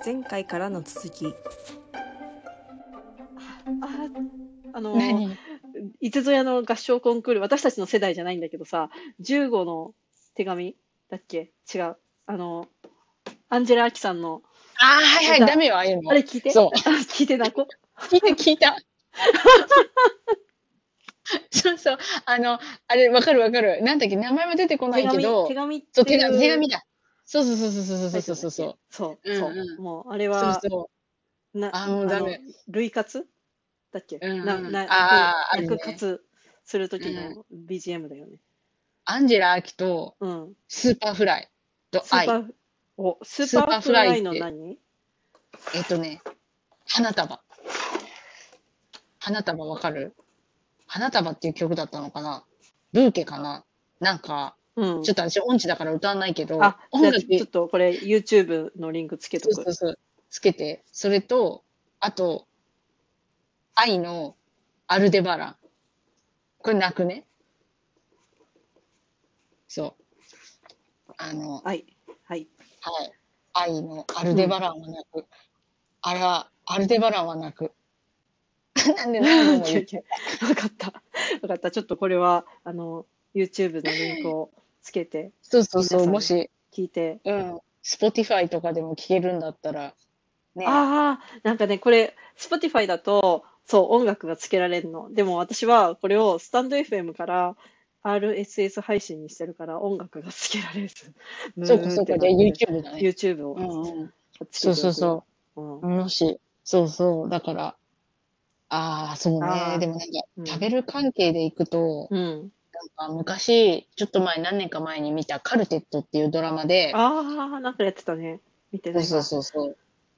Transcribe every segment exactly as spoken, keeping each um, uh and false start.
前回からの続き。 あ、あのー、 何いつぞやの合唱コンクール、私たちの世代じゃないんだけどさ、じゅうごの手紙だっけ違う。あの、アンジェラ・アキさんのああ、はいはい、ダ歌、 メよ、ああいうの。 あれ聞いて。 そう。 あ、聞いてなこ。 聞いた、聞いた。そうそう。あの、あれ、わかるわかる。なんだっけ、名前は出てこな手紙、 いけど、 手紙っそう、 て手紙、手いう紙だ。そうそうそうそうタそうそうそうそイトルだっけ。そう、 う。うんそうう。 ん。 もう、あれそうは、 そう。 な、 ああ、もうあの、 ダメ。 類活だっけうんな、 うん。 な、 あ役、 あ、ある役ね。 活するとうん。 きの ビージーエム だよね。 アンジェラ・アキと、 うん。 スーパーフライと愛。 スーパー、お、スーパースーパーフフライのライって、 何えっとね、花束。花束わかる？花束っていう曲だったのかな？ブーケかな？なんか、 うん。 ちょっと私音痴だから歌わないけど、 あ、じゃあちょ、 音楽、 ちょっとこれ YouTube のリンクつけとく。 そうそうそう、つけて、それと、あと、愛のアルデバラン。これ泣くね。そう。あの、 はい。はい。 はい。愛のアルうん。 デバランは泣く。あれは、アルデバランは泣く。なんで何度も言って。 いやいや、わかった。わかった。ちょっとこれは、あの、YouTube のリンクをつけて、 そうそうそう、 皆さんもし、 聞いて。 うん、Spotify とかでも聴けるんだったら、ね。 ああ、なんかね、これ、Spotify だと、そう、音楽がつけられるの。でも私はこれをスタンド エフエム から アールエスエス 配信にしてるから音楽がつけられず、ムそうかーっそうか、じゃあてなって YouTube だね。 YouTube をうんうん。 つけそうておくよ。 そうそうん。 う。もし、そうそう。だから、ああ、そうね。 ああ、 でもなんか、 うん。 食べる関係で行くと、 うん。 なんか昔、ちょっと前、何年か前に見たカルテットっていうドラマで、 ああ、なんかやってたね。見てそうそうないわ。 そうそう。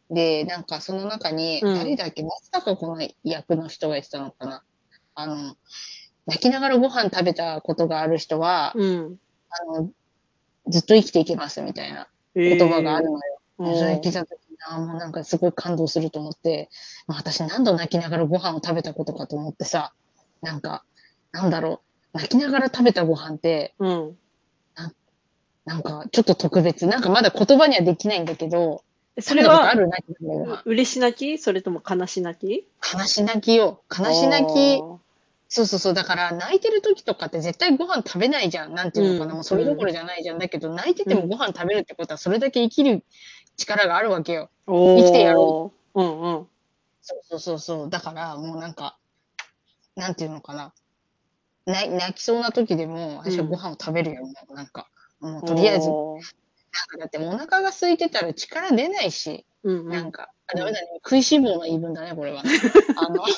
で、なんかその中に、 うん。 誰だっけ、松坂子の役の人が言ってたのかな。あの、泣きながらご飯食べたことがある人は、 うん。 あの、ずっと生きていけますみたいな言葉があええるのよ。でそれおー。 聞いたときに、あーもうなんかすごい感動すると思って、まあ、私何度泣きながらご飯を食べたことかと思ってさ、なんか、なんだろう、泣きながら食べたご飯って、 うん。 ななんかちょっと特別。なんかまだ言葉にはできないんだけど、食べたことあそれは、 る泣きながらごう、 飯。 嬉し泣きそれとも悲し泣き悲し泣きよ。悲し泣き。 おー。 そうそうそう。だから泣いてる時とかって絶対ご飯食べないじゃん。なんていうのかな。 うん。 もうそうん。 れどころじゃないじゃん。だけど泣いてうん。 てもご飯食べるってことはそれだけ生きる力があるわけよ。生きてやろう。 おー。うんうん。 そうそうそうそう。だからもうなんか、なんていうのかな。泣泣きそうな時でも私はごうん。 飯を食べるよ。もうなんか、もうとりあえず、なんおー。 かだってもうお腹が空いてたら力出ないし、 うんうん。 なんか、あ、 うん。 ダメだね。食いしん坊の言い分だね、これはね。あの、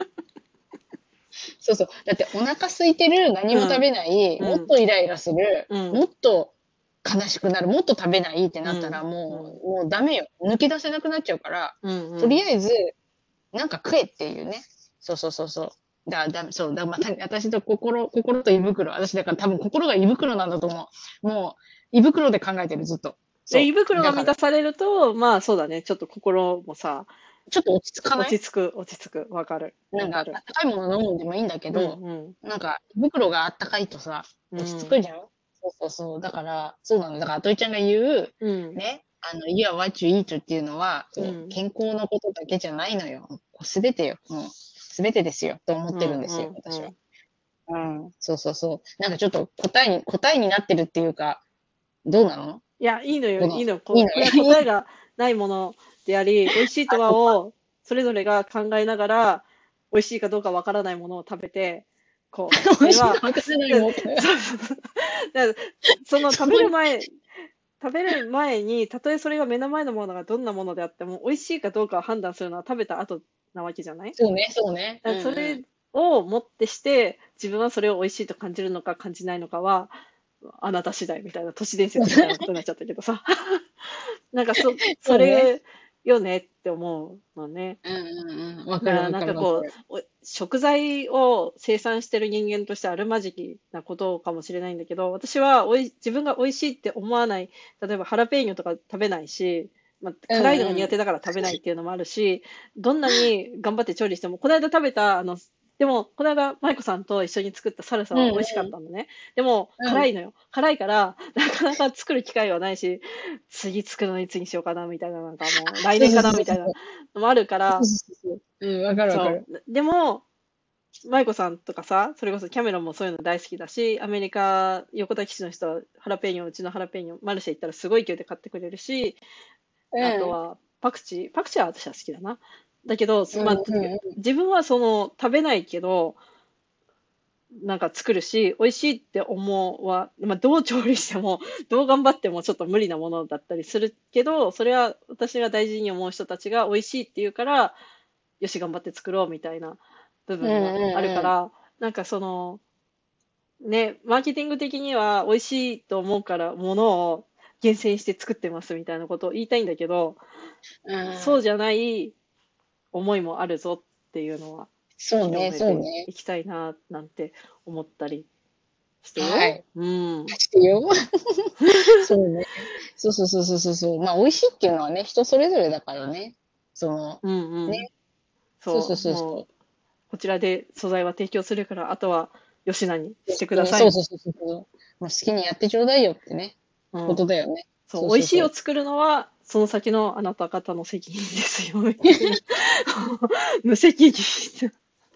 そうそう。だってお腹空いてる、何も食うん。 べない、もっうん。 とイライラする、 うん。 もっと悲しくなる、もっと食べないってうん。 なったらもうん。 う、もうダメよ。抜き出せなくなっちゃうから、 うんうん。 とりあえず、なんか食えっていうね。そうそうそうそう。だ、だ、そう、だ、また、私と心、心と胃袋。私だから多分心が胃袋なんだと思う。もう、胃袋で考えてる、ずっと。 で、胃そう。 袋がだから、 満たされると、まあそうだね。ちょっと心もさ、 ちょっと落ち着かない？ 落ち着く、落ち着く。わかる。 なんか、あっわかる。 たかいもの飲むんでもいいんだけうんど、 うん。 なんか、胃袋があったかいとさ、落ち着うん。 くじゃん。そうそうそう。だから、そうなの。だから、あといちゃんが言う、 うん。 ね、あの、You are what you eat っていうのは、そう、 うん。 健康のことだけじゃないのよ。すべてよ。もう、すべてですよ。と思ってるんうんですよ、 うん私は。 うん。 うん。そうそうそう。なんかちょっと答えに、答えになってるっていうか、どうなの？ いや、いいのよ、 この、 いいの。こ、 いいのよ。 これはいい。 答えがないものであり、美味しいとあ、 はそっか。 を、それぞれが考えながら、美味しいかどうかわからないものを食べて、こう、そ美味れは、 しいかわからないでもんって。 そうそうそう。だからその食べそういう、 る前、食べる前に、たとえそれが目の前のものがどんなものであっても、美味しいかどうかを判断するのは食べた後なわけじゃないそうね、そうね。うんだからそれうん。 をもってして、自分はそれを美味しいと感じるのか感じないのかは、あなた次第みたいな、都市伝説みたいなことになっちゃったけどさ。なんかそ、そそうね。 れよねって思うのね。 うんうんうん。わかだからるわなんかこう、 かるわかる。 お食材を生産してる人間としてあるまじきなことかもしれないんだけど、私はおい自分が美味しいって思わない、例えばハラペーニョとか食べないし、まあ、 うん辛いのがうん。 苦手だから食べないっていうのもあるし、どんなに頑張って調理しても、この間食べたあのでも、この間、舞子さんと一緒に作ったサルサうんは美味しかったのね。でも、 うん。 辛いのよ。辛いから、なかなか作る機会はないし、次作るのいつにしようかな、みたいな、なんかもう、来年かな、 そうそうそうみたいなそう。 のもあるかそうら、 そうそう。うん、わかるわかる。 そう。でも、舞子さんとかさ、それこそキャメロンもそういうの大好きだし、アメリカ、横田基地の人はハラペーニョ、うちのハラペーニョ、マルシェ行ったらすごい勢いで買ってくれるし、 うん。 あとはパクチー、パクチーは私は好きだな。だけど、 うんまあ、 うん自分はその食べないけど、なんか作るし、美味しいって思うは、まあ、どう調理しても、どう頑張ってもちょっと無理なものだったりするけど、それは私が大事に思う人たちが美味しいって言うから、よし、頑張って作ろうみたいな部うん。う分があるかんうんら、なんかその、ね、マーケティング的には美味しいと思うからものを厳選して作ってますみたいなことを言いたいんだけど、 うん。うん。 そうじゃない思いもあるぞっていうのはそうね、 広めてそうね。 いきたいななんて思ったりしてよ。 はい。 うん。 してよ。そうね。そうそうそうそうそうそう。まあ、美味しいっていうのはね、人それぞれだからね。その、 うんうね。 ん。 そうそうそう、もう、 そうそう。 こちらで素材は提供するから、あとは、よしなにしてく好きに、 ださいの。 そうそうそうそう。まあ、好きにやってちょうだいよってね、ことうん。 だよね。そそう、美味うそうそう。 しいを作るのは、その先のあなた方の責任ですよ、みたいな。無責任。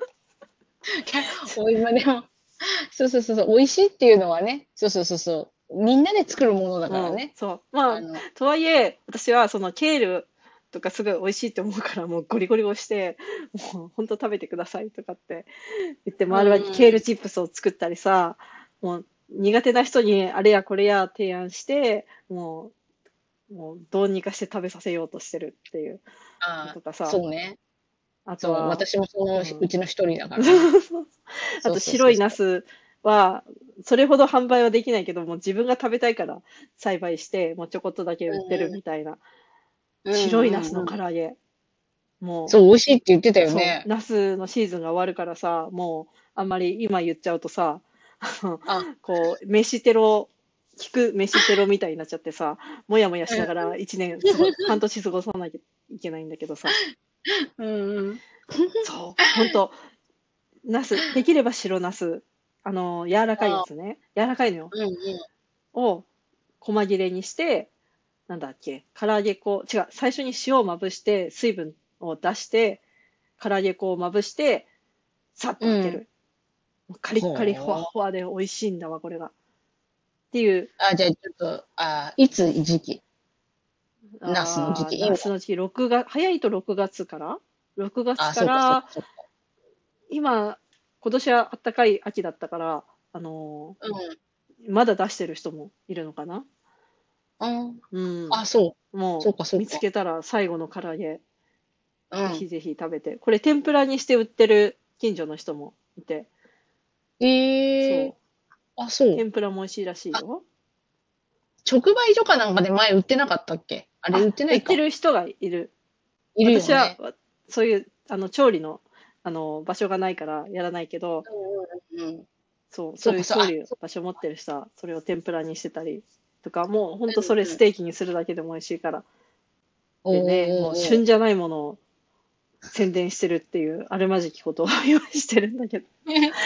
お今でも、そうそうそうそう、美味しいっていうのはね、そうそうそうそう、みんなで作るものだうん、 からね。 そう。まあ、 あの、 とはいえ、私はそのケールとかすごい美味しいって思うから、もうゴリゴリ押して、もう本当食べてくださいとかって言って、 うん周りはうんうん。 ケールチップスを作ったりさ、もう苦手な人にあれやこれや提案して、もう、もうどうにかして食べさせようとしてるっていうのああ、 とかさ、 そうね。そう、 あとは、 私もそのうん。 うちの一人だからね。 あそうと白そうそうそいナスは、それほど販売はできないけども、自分が食べたいから栽培して、もうちょこっとだけ売ってるう。 みたいな。 うん白いナスのうんうんうん。 唐揚げ。もそう、美味しいって言ってたう、 よね。 そう、ナスのシーズンが終わるからさ、もう、あんまり今言っちゃうとさ、あのあ、 こう、飯テロ、聞く飯テロみたいになっちゃってさ、もやもやしながら一年過ご、半年過ごさなきゃいけないんだけどさ、 うん。うんうん。 そう、本当ナス、できれば白ナス、あの、柔らかいやああ、 つね、柔らかいのよ、 うんうん。 を細切れにして、なんだっけ、唐揚げ粉、違う、最初に塩をまぶして、水分を出して、唐揚げ粉をまぶして、さっとうん。 開ける。カリッカリほわほう。 ほわで美味しいんだわ、これが。っていう、 あ、じゃあちょっと、あ、いつ時期？ナスの時あー、 期、今。 夏の時期、ろくがつ、早いとろくがつから ?ろく 月あ、そうかそうかから、 そうか。 今、今年は暖かい秋だったから、あのうん。 ーまだ出してる人もいるのかな。 うん。 うん。 あ、そう。そうもう、 かそうか。 見つけたら最後の唐揚げ、 うん。 ぜひぜひ食べて。これ天ぷらにして売ってる近所の人もいて、 ええ、 そう。 あ、そう。 天ぷらも美味しいらしいあ、 よ。 直売所かなんかで前売ってなかったっけ？あれあ、 売ってな売っいか。 てる人がいる。 いるよ私は、 ね。 わそういう、あの、調理の、あの、場所がないからやらないけど、 うんうんうんうん。 そう、そういうそうか、そう、あ、 調理場所持ってる人は、それを天ぷらにしてたりとか、もうほんとそれうんうん。 ステーキにするだけでも美味しいから。 おーでね、もうおーおーお旬じゃないものを宣伝してるっていうあるまじきことを今してるんだけど。 ー。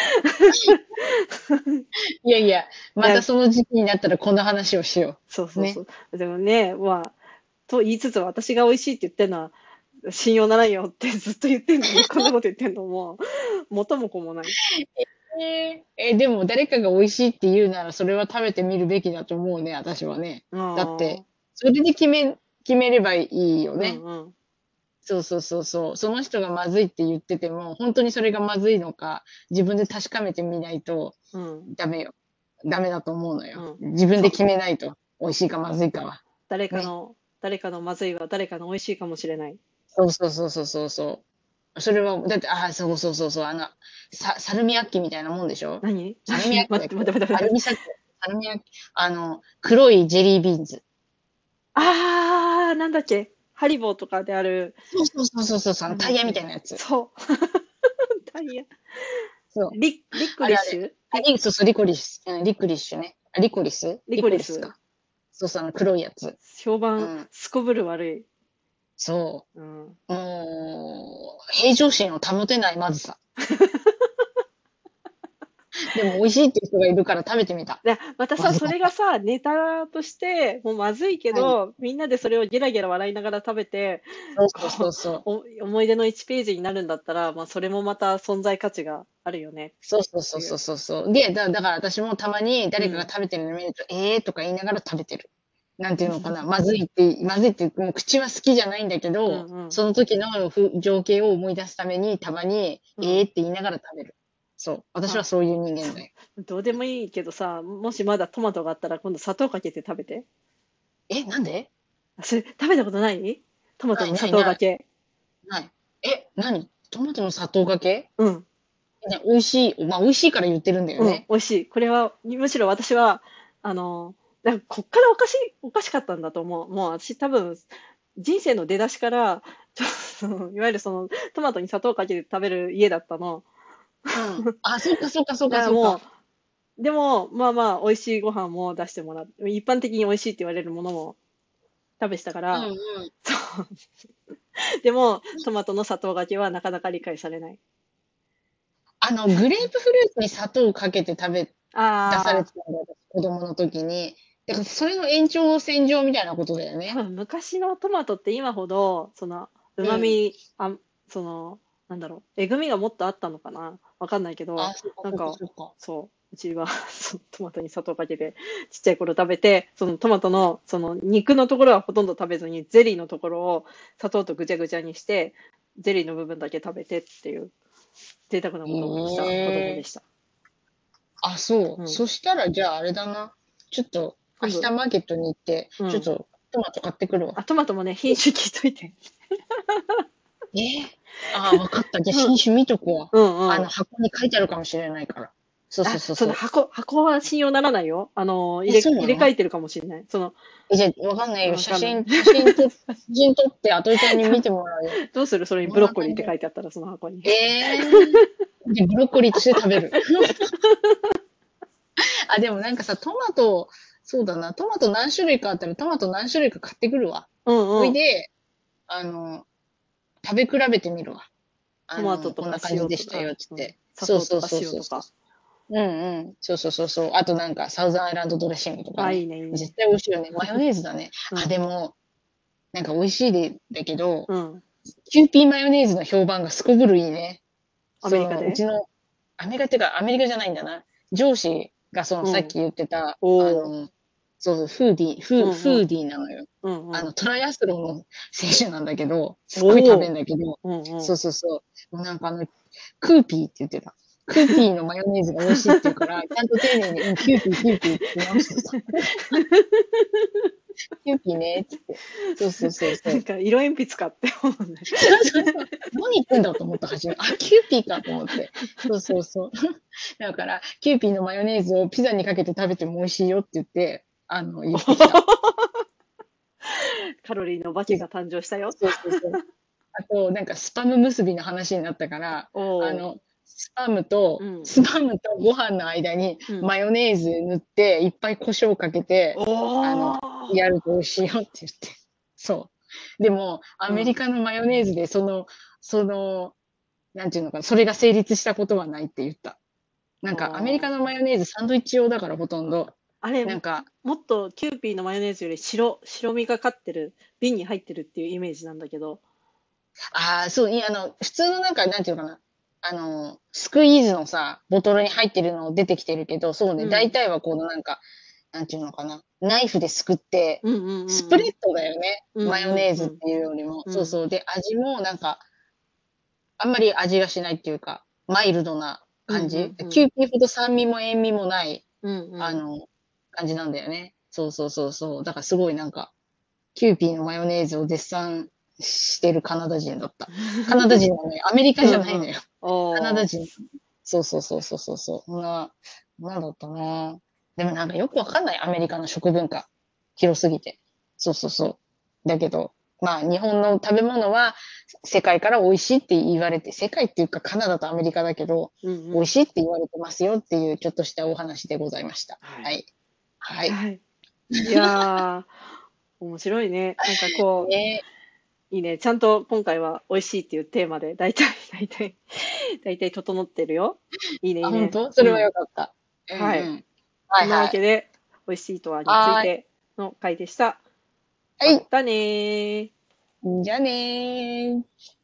いやいや、 いや、 またその時期になったらこの話をしよう。ね。 そうそうそう。でもね、まあ、と言いつつ私が美味しいって言ってるのは信用ならんよってずっと言ってんのに、こんなこと言ってんのも、元も子もない。 えーえ、でも誰かが美味しいって言うならそれは食べてみるべきだと思うね、私はね。 あだって、 あ、 それで決め決めればいいよね。 うんうん、 そうそうそうそう。その人がまずいって言ってても、本当にそれがまずいのか、自分で確かめてみないとうん、 ダメよ。ダメだと思うのよ。 うん。 自分そう。 で決めないと、美味しいかまずいかは。ね。 誰かの、誰かのまずいは誰かの美味しいかもしれない。 そうそうそうそうそうそう。それは、だって、ああ、そうそうそうそう、あの、さサルミアッキみたいなもんでしょ？ 何サルミア何ッキだっけ？ 待って待って待って待って。 アルミサック、サルミアッキ、あの、黒いジェリービーンズ。 あー、なんだっけハリボーとかである、 そうそうそうそうそうそう、あのタイヤみたなんだっけいなやつ。 そう。タイヤ。 そう。 リ、リックあれあれ。 リッシュあ、 リ、 リそうそう、リコリス。うん、リコリッシュね。あ、リコリスリリコリス。 コリスか。そうそう、あの黒いやつ。 評判、 うん。 すこぶる悪い。 そうん。 う。もう、平常心を保てないまずさ。 でも美味しいっていう人がいるから食べてみた。 で、またさ、そまずかった。 れがさ、ネタとして、もうまずいけはい。 ど、みんなでそれをゲラゲラ笑いながら食べて、 そうそうそこうそう。 う、お思い出のいちページになるんだったら、まあ、それもまた存在価値があるよねっそうそうそうそうていう。 そうそう。で、だだから私もたまに誰かがうん。 食べてるの見ると、えーとか言いながら食べてる。なんていうのかな、まずいってまずいって、もう口は好きじゃないんだけど、 うんうん。 その時のふ情景を思い出すために、たまに、 うん。 えーって言いながら食べる。そう、私はあ、 そういう人間そだよ。 う。どうでもいいけどさ、もしまだトマトがあったら今度砂糖かけて食べて。 え、なんで？ あ、それ食べたことないトマトないの砂ないない糖がけ。 ない。え、何？トマトの砂糖がけ？ うん。 ね、美味しい、まあ、美味しいから言ってるんだようん。 ね。 美味しい。これは、むしろ私は、あの、なんかこっからおかしい、おかしかったんだと思う。もう私多分、人生の出だしから、ちょっと、いわゆるその、トマトに砂糖かけて食べる家だったの。 うん。あ、そっかそっかそっだからもかそっか。 う、でも、まあまあ、美味しいご飯も出してもらって、一般的に美味しいって言われるものも食べしたから、 うんうん。 そう。でも、トマトの砂糖がけはなかなか理解されない。 あの、グレープフルーツに砂糖をかけて食べ出されああ、 てたんだよ、私子供の時に。だからそれの延長線上みたいなことだよね。 多分昔のトマトって今ほど、その、 うん。 旨味、あ、その、なんだろう、えぐみがもっとあったのかなわかんないけど、 あ、そっかそっかなんか、 そっか。 そう、うちはそのトマトに砂糖かけて、ちっちゃい頃食べて、そのトマトの、その肉のところはほとんど食べずに、ゼリーのところを砂糖とぐちゃぐちゃにして、ゼリーの部分だけ食べてっていう、贅沢なへことをした子供でえ。 した。 あ、そう。 うん。 そしたら、じゃああれだな。ちょっと、明今度、 日マーケットに行って、 うん。 ちょっとトマト買ってくるわ。 あ、トマトもね、品種聞いといて。 えー、ああ、わかった。じゃあうん。 品種見とくわ。あの、 うんうん。 箱に書いてあるかもしれないから。そうそあ、 うそうそその箱、箱は信用ならないよ。あの、 う。え、 入れ、 そうなの？ 入れ替えてるかもしれない。その、 え、じゃあ、わかんないよ。 わかんない。 写真、写真と、写真撮って、あといちゃんに見てもらうよ。 どうするそれにブロッコリーってどんな感じ？ 書いてあったら、その箱に。 ええー。で、ブロッコリーとして食べる。あ、でもなんかさ、トマト、そうだな、トマト何種類かあったら、トマト何種類か買ってくるわ。 うんうん。 おいで、あの、食べ比べてみるわ。 トあの、 マトとかこんな感じ塩とか、 でしたよ、つっうん、 て。そうそう砂糖とかそうそうそう。 塩とか。 うんうん。そうそうそうそう。あとなんか、サウザンアイランドドレッシングとかあ、いね。 いね、いいね。 絶対美味しいよね。マヨネーズだね。あ、 うん、 でも、なんか美味しいで、だけど、 うん。 キューピーマヨネーズの評判がすこぶるいいね。 アメその、うリカで。 ちの、アメリカっていうか、アメリカじゃないんだな。上司がそのうん。 さっき言ってた、あおー。 の、そう、フーディー、フー、 うんうん。 フーディーなのよ。 うんうん。 あの、トライアスロンの選手なんだけど、すっごい食べおー。 んだけど、 うんうん。 そうそうそう。もうなんかあの、クーピーって言ってた。クーピーのマヨネーズが美味しいって言うから、ちゃんと丁寧に、うん、キューピー、キューピーって言い直してた。キューピーねって言って。そうそうそうそう。 なんか、色鉛筆かって思うね。 そうそうそう。何言ってんだと思った初め。あ、キューピーかと思って。そうそうそう。だから、キューピーのマヨネーズをピザにかけて食べても美味しいよって言って、あの、言ってきた。 カロリーのお化けが誕生したよ。 そうそうそう。あと、なんかスパム結びの話になったから、あおー。 の、スパムと、 うん。 スパムとご飯の間にうん。 マヨネーズ塗って、いっぱい胡椒かけて、あの、 おー。 やると美味しいよって言って。そう。でも、アうん。 メリカのマヨネーズで、その、その、なんていうのかな、それが成立したことはないって言った。なんか、アメリカおー。 のマヨネーズサンドイッチ用だからほとんど。 あれ、もなんか、 もっとキューピーのマヨネーズより白、白みがかってる、瓶に入ってるっていうイメージなんだけど。 ああ、そう、いや、あの、普通のなんか、なんていうのかな。あの、スクイーズのさ、ボトルに入ってるの出てきてるけど、そうね、大うん。 体はこのなんか、なんていうのかな。ナイフですくって、 うんうんうスプレッんうん。 ドだよね。 うんマヨうんうん。 ネーズっていうよりも。 うん。 そうそう。で、味もなんか、あんまり味がしないっていうか、マイルドなうん感じ。 うんうん。 キューピーほど酸味も塩味もない、 うんうん。 あの、感じなんだよね。そうそうそうそう。だからすごいなんか、キューピーのマヨネーズを絶賛してるカナダ人だった。カナダ人なのよ。アメリカうんうん。 じゃないのよ。カナダおー。 人。そうそうそうそうそうそう。そんな、なんだったな。でもなんかよくわかんない、アメリカの食文化。広すぎて。そうそうそう。だけど、まあ日本の食べ物は世界から美味しいって言われて、世界っていうかカナダとアメリカだけど、美味うんうん。 しいって言われてますよっていうちょっとしたお話でございました。 はい。 はい。はい。 はい。いやー、面白いね。なんかこう、 ねいいね。ちゃんと今回は美味しいっていうテーマで、だいたい、だいたい、だいたい整ってるよ。いいね、いあ、 いね。 本当それはうん。 よかった。うんはい。 うん。はそんなわいはい。 けで、美味しいとはについはーい。 ての回でした。 はい。 まったねー。 じゃあねー。